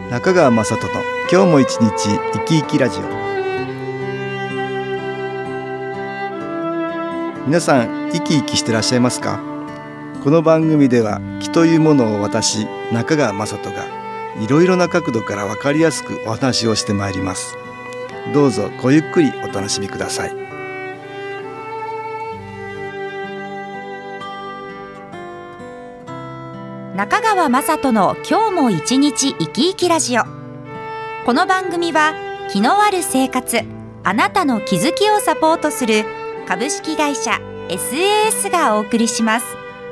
中川雅人の今日も一日生き生きラジオ。皆さん生き生きしてらっしゃいますか？この番組では気というものを私中川雅人がいろいろな角度から分かりやすくお話をしてまいります。どうぞごゆっくりお楽しみください。 中川雅人の今日も一日生き生きラジオ。この番組は気のある生活、あなたの気づきをサポートする株式会社 SAS がお送りします。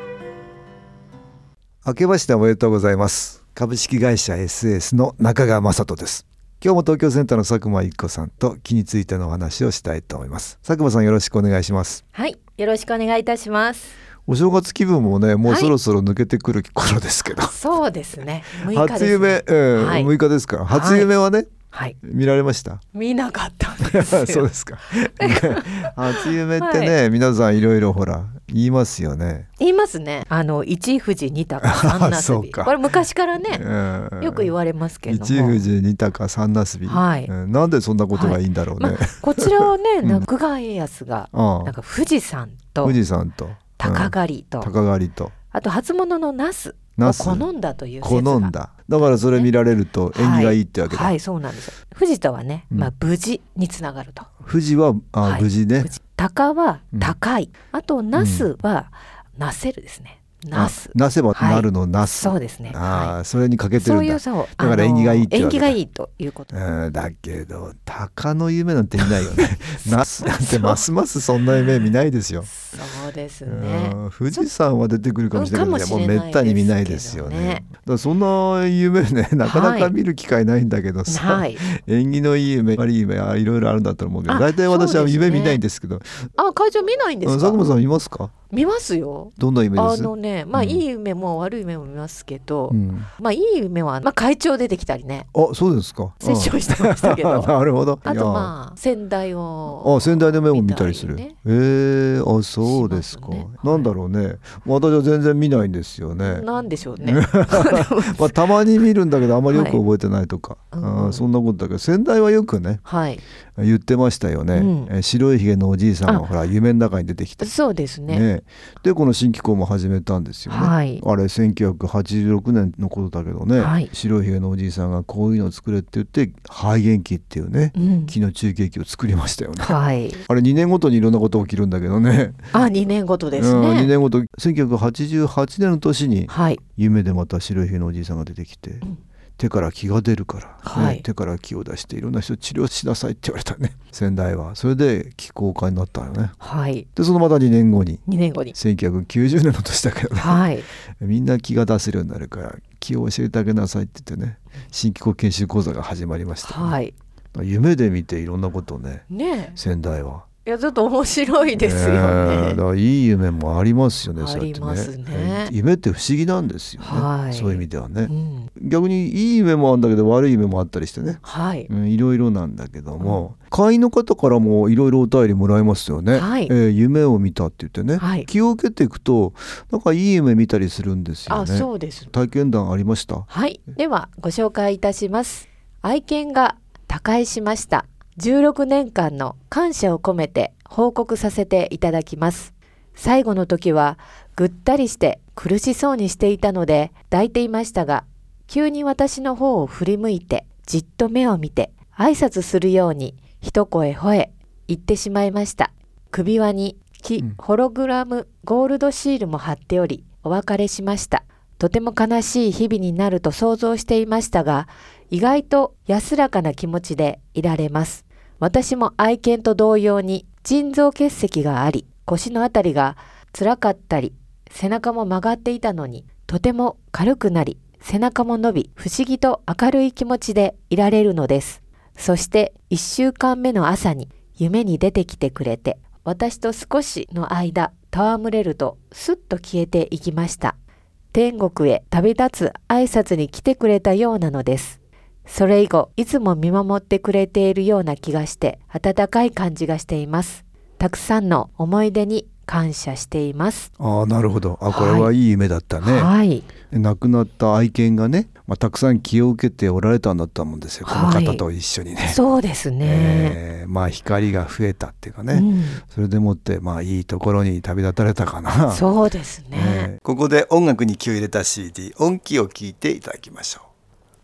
明けましておめでとうございます。株式会社 SAS の中川雅人です。今日も東京センターの佐久間一子さんと気についてのお話をしたいと思います。佐久間さん、よろしくお願いします。 はい、よろしくお願いいたします。 お正月気分もね、もうそろそろ抜けてくる頃ですけど、 そうですね、6日ですね。 初夢、 はい、 6日ですから、初夢はね、 はい、 見られました？ 見なかったんですよ。 そうですか。初夢ってね、皆さんいろいろほら言いますよね。 言いますね。一富士二鷹三なすびこれ昔からね、よく言われますけども、 一富士二鷹三なすび、はい、なんでそんなことがいいんだろうね。 こちらはね、徳川家康がなんか富士山と鷹狩りと、あと初物のナスを好んだという説が、 だからそれ見られると縁起がいいってわけだ。 はい、そうなんですよ。富士とはね、無事につながると。 富士は無事ね。 鷹は高い、あとナスはなせるですね。なせばなるのなす、 そうですね。 それにかけてるんだ。 そうだから縁起がいいってわけだ。 縁起がいいということ。 だけど鷹の夢なんて見ないよね。ナスなんてますますそんな夢見ないですよ。 そうですね。 富士山は出てくるかもしれないけど、もうめったに見ないですよね。だからそんな夢ね、なかなか見る機会ないんだけどさ、縁起のいい夢、悪い夢いろいろあるんだと思うけど、大体私は夢見ないんですけど。 会長見ないんですか？ 佐久間さん見ますか？ 見ますよ。 どんな夢です？ いい夢も悪い夢も見ますけど、いい夢は会長出てきたりね。 そうですか。 セッションしてましたけど。 なるほど。 あと先代を先代の夢を見たりする。そうですか。なんだろうね。私は全然見ないんですよね。 なんでしょうね。 たまに見るんだけどあまりよく覚えてないとか、そんなことだけど、先代はよくね、言ってましたよね。白いひげのおじいさんがほら夢の中に出てきて、 そうですね。 でこの新機構も始めたんですよね。あれ1986年のことだけどね、白いひげのおじいさんがこういうのを作れって言って肺元気っていうね、気の中継機を作りましたよね。あれ2年ごとにいろんなこと起きるんだけどね。 2年ごとですね。 2年ごと、1988年の年に夢でまた白いひげのおじいさんが出てきて、手から気が出るから、手から気を出していろんな人治療しなさいって言われたね、先代は。それで気功家になったよね。でそのまた2年後に1990年の年だけどね、みんな気が出せるようになるから気を教えてあげなさいって言ってね、新気功研修講座が始まりました、夢で見ていろんなことをね、先代は。 いや、ちょっと面白いですよね。 だからいい夢もありますよね。 ありますね。 夢って不思議なんですよね、そういう意味ではね。逆にいい夢もあるんだけど悪い夢もあったりしてね、いろいろなんだけども、会員の方からもいろいろお便りもらえますよね。夢を見たって言ってね、気を受けていくとなんかいい夢見たりするんですよね。 そうです。 体験談ありました？ ではご紹介いたします。愛犬が他界しました。16年間の感謝を込めて報告させていただきます。最後の時はぐったりして苦しそうにしていたので抱いていましたが、急に私の方を振り向いてじっと目を見て挨拶するように一声吠え言ってしまいました。首輪にホログラムゴールドシールも貼っておりお別れしました。とても悲しい日々になると想像していましたが、意外と安らかな気持ちでいられます。私も愛犬と同様に腎臓結石があり、腰のあたりが辛かったり、背中も曲がっていたのに、とても軽くなり、背中も伸び、不思議と明るい気持ちでいられるのです。そして1週間目の朝に夢に出てきてくれて、私と少しの間戯れるとすっと消えていきました。天国へ旅立つ挨拶に来てくれたようなのです。それ以後いつも見守ってくれているような気がして温かい感じがしています。たくさんの思い出に感謝しています。 なるほど。これはいい夢だったね。 はい、 亡くなった愛犬がね、たくさん気を受けておられたんだったもんですよ、この方と一緒にね。 そうですね、 光が増えたっていうかね、それでもっていいところに旅立たれたかな。 そうですね、 ここで音楽に気を入れた CD 音気を聞いていただきましょう。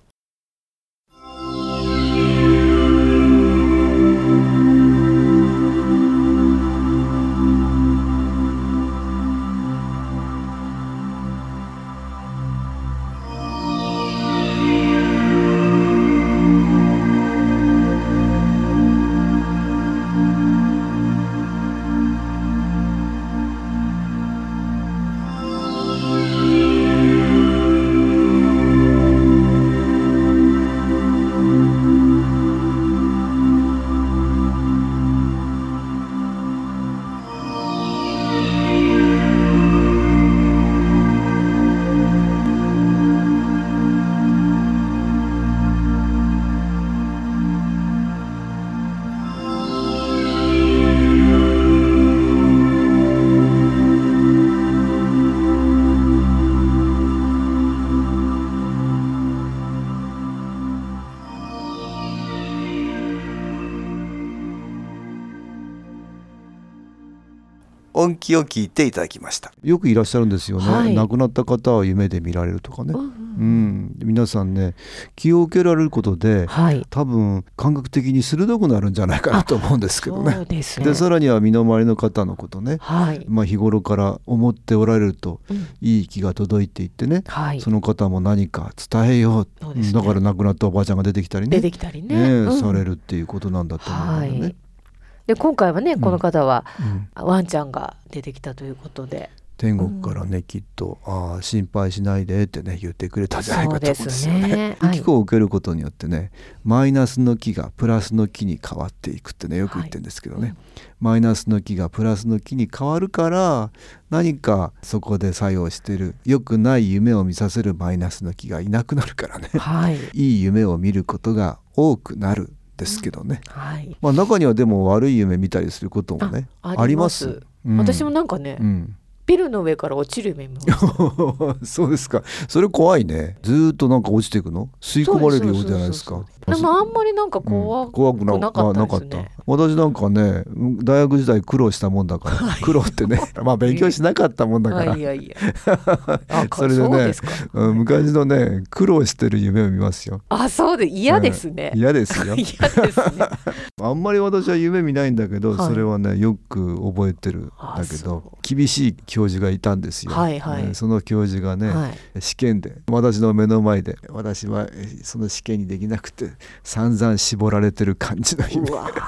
音気を聞いていただきました。よくいらっしゃるんですよね、亡くなった方は夢で見られるとかね、皆さんね、気を受けられることで、多分感覚的に鋭くなるんじゃないかなと思うんですけどね。でさらには身の回りの方のことね、日頃から思っておられると、いい気が届いていってね、その方も何か伝えよう、だから亡くなったおばあちゃんが出てきたりね、されるっていうことなんだと思うんだよね。 で今回はね、この方は、ワンちゃんが出てきたということで、 天国からね、きっと心配しないでってね言ってくれたんじゃないかと思うんですよね。気候を受けることによってね、マイナスの気がプラスの気に変わっていくってね、よく言ってるんですけどね、マイナスの気がプラスの気に変わるから、何かそこで作用してる良くない夢を見させるマイナスの気がいなくなるからね、いい夢を見ることが多くなるですけどね、中にはでも悪い夢見たりすることもね あります。 私もなんかね、ビルの上から落ちる夢見ましたそうですか。それ怖いね。ずっとなんか落ちていくの、吸い込まれるようじゃないですか。 でもあんまりなんか怖くなかったですね。 私なんかね、大学時代苦労したもんだから苦労ってね勉強しなかったもんだからそれでね、昔のね苦労してる夢を見ますよ。 そうで嫌ですね。 嫌ですよ。 嫌ですね。 あんまり私は夢見ないんだけど、それはねよく覚えてるんだけど、厳しい教授がいたんですよ。その教授がね、試験で私の目の前で、私はその試験にできなくて散々絞られてる感じの夢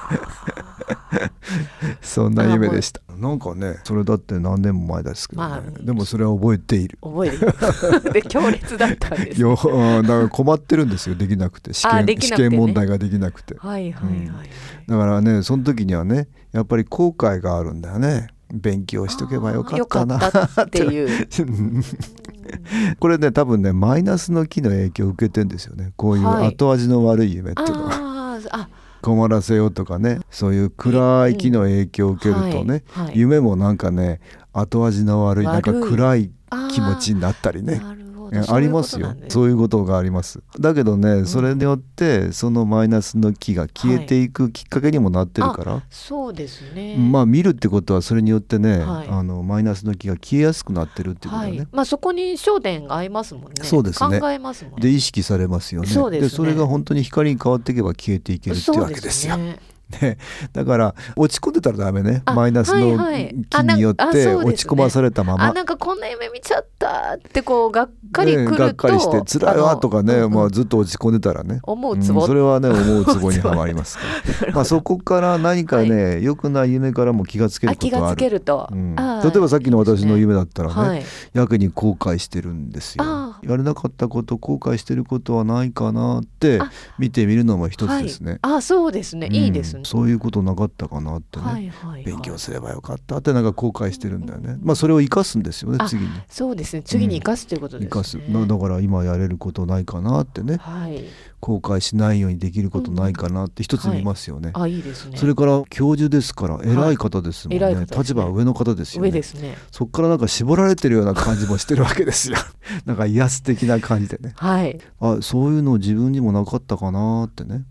そんな夢でした。なんかね、それだって何年も前ですけどね、でもそれは覚えているで強烈だったんです、 だから困ってるんですよ、できなくて、試験問題ができなくて、だからね、その時にはね、やっぱり後悔があるんだよね。勉強しとけばよかったなっていうこれね、多分ねマイナスの気の影響を受けてんですよね。こういう後味の悪い夢っていうのは、困らせようとかね、そういう暗い気の影響を受けるとね、夢もなんかね、後味の悪い、なんか暗い気持ちになったりね、ありますよ。そういうことがあります。だけどね、それによってそのマイナスの気が消えていくきっかけにもなってるから、 そうですね。 見るってことはそれによってね、マイナスの気が消えやすくなってるっていうことだね。 そこに焦点が合いますもんね。 そうですね。 考えますもんね。 で意識されますよね。でそれが本当に光に変わっていけば消えていけるっていうわけですよ。だから落ち込んでたらダメね。マイナスの気によって落ち込まされたまま、 なんかこんな夢見ちゃったってこうがっかりくると、 がっかりして辛いわとかね、ずっと落ち込んでたらね、 思うツボ、 それはね思うツボにはまりますからそこから何かね、良くない夢からも気がつけることがある。例えばさっきの私の夢だったらね、やけに後悔してるんですよ。 やれなかったこと、後悔してることはないかなって見てみるのも一つですね。 そうですね、いいですね。 そういうことなかったかなってね、勉強すればよかったってなんか後悔してるんだよね。それを生かすんですよね、次に。 そうですね、次に生かすということですね。 生かす。だから今やれることないかなってね、後悔しないようにできることないかなって一つ見ますよね。 いいですね。 それから教授ですから偉い方ですもんね。立場は上の方ですよね。 上ですね。 そこからなんか絞られてるような感じもしてるわけですよ。なんか威圧的な感じでね。そういうの自分にもなかったかなってね。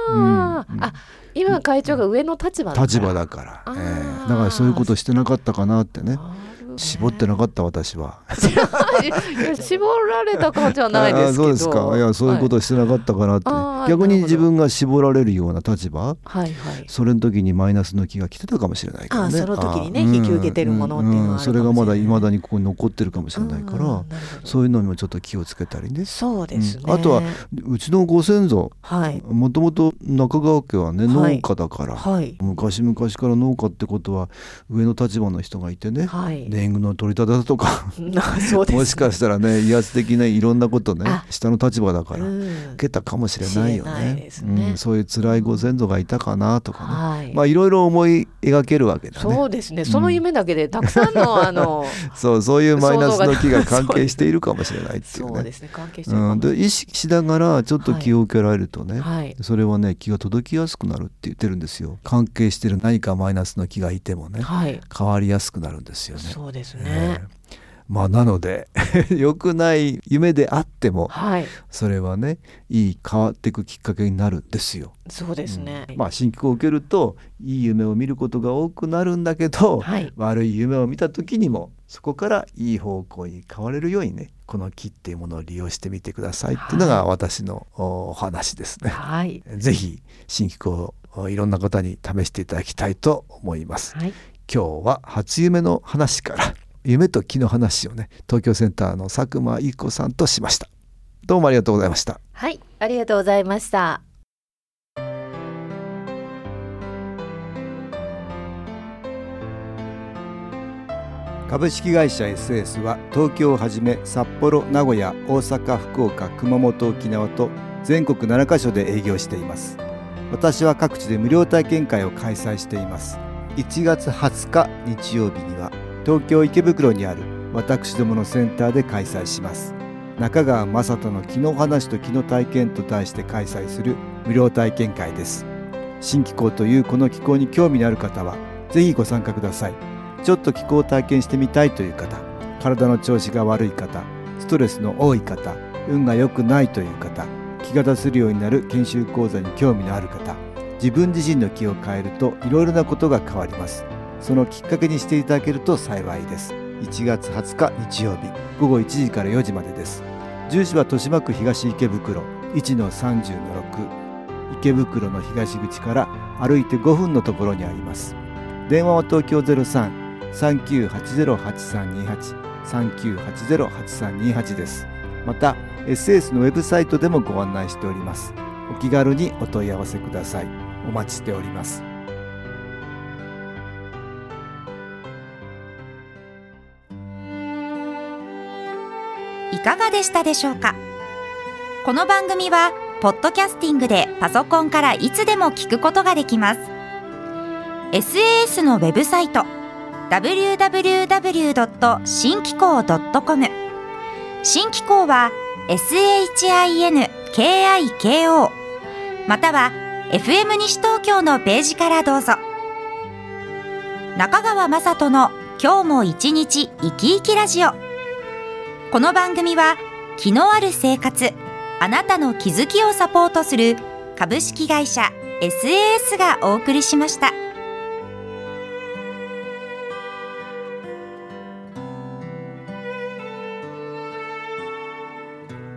今会長が上の立場だから、だからそういうことしてなかったかなってね。絞ってなかった私は。 絞られた感じはないですけど。 そうですか。いや、そういうことしてなかったかなって。逆に自分が絞られるような立場、それの時にマイナスの気が来てたかもしれないからね。 その時にね、引き受けてるものっていうのはあるかもしれない。 それがまだ未だにここに残ってるかもしれないから、そういうのにもちょっと気をつけたりね。 そうですね。 あとはうちのご先祖、もともと中川家はね、農家だから、昔々から農家ってことは上の立場の人がいてね、年貢の取り立てだとかもしかしたらね、威圧的ないろんなことね、下の立場だから受けたかもしれないよね。そういう辛いご先祖がいたかなとかね、いろいろ思い描けるわけだね。 そうですね。その夢だけでたくさんのそういうマイナスの気が関係しているかもしれないっていうね。 そうですね、関係してるかも。 で意識しながらちょっと気を受けられるとね、それはね、気が届きやすくなるって言ってるんですよ。関係してる何かマイナスの気がいてもね、変わりやすくなるんですよね。 そうですね。 なので良くない夢であっても、それはね、いい変わっていくきっかけになるんですよ。 そうですね。 新機構を受けるといい夢を見ることが多くなるんだけど、悪い夢を見た時にもそこからいい方向に変われるようにね、この気っていうものを利用してみてくださいっていうのが私のお話ですね。ぜひ新機構をいろんな方に試していただきたいと思います。今日は初夢の話から夢と気の話をね、東京センターの佐久間由紀子さんとしました。どうもありがとうございました。 ありがとうございました。 株式会社 SS は東京をはじめ札幌、名古屋、大阪、福岡、熊本、沖縄と全国7カ所で営業しています。私は各地で無料体験会を開催しています。1月20日日曜日には東京池袋にある私どものセンターで開催します。中川雅人の気の話と気の体験と題して開催する無料体験会です。新気候というこの気候に興味のある方はぜひご参加ください。ちょっと気候を体験してみたいという方、体の調子が悪い方、ストレスの多い方、運が良くないという方、気が出せるようになる研修講座に興味のある方、自分自身の気を変えるといろいろなことが変わります。そのきっかけにしていただけると幸いです。1月20日日曜日午後1時から4時までです。住所は豊島区東池袋 1-30-6、 池袋の東口から歩いて5分のところにあります。電話は東京 03-3980-8328 3980-8328 です。また SS のウェブサイトでもご案内しております。お気軽にお問い合わせください。お待ちしております。 いかがでしたでしょうか。この番組はポッドキャスティングでパソコンからいつでも聞くことができます。 SAS のウェブサイト www.新機構.com、 新機構は SHINKIKO または FM 西東京のページからどうぞ。中川雅人の今日も一日生き生きラジオ。この番組は気のある生活、あなたの気づきをサポートする株式会社 SAS がお送りしました。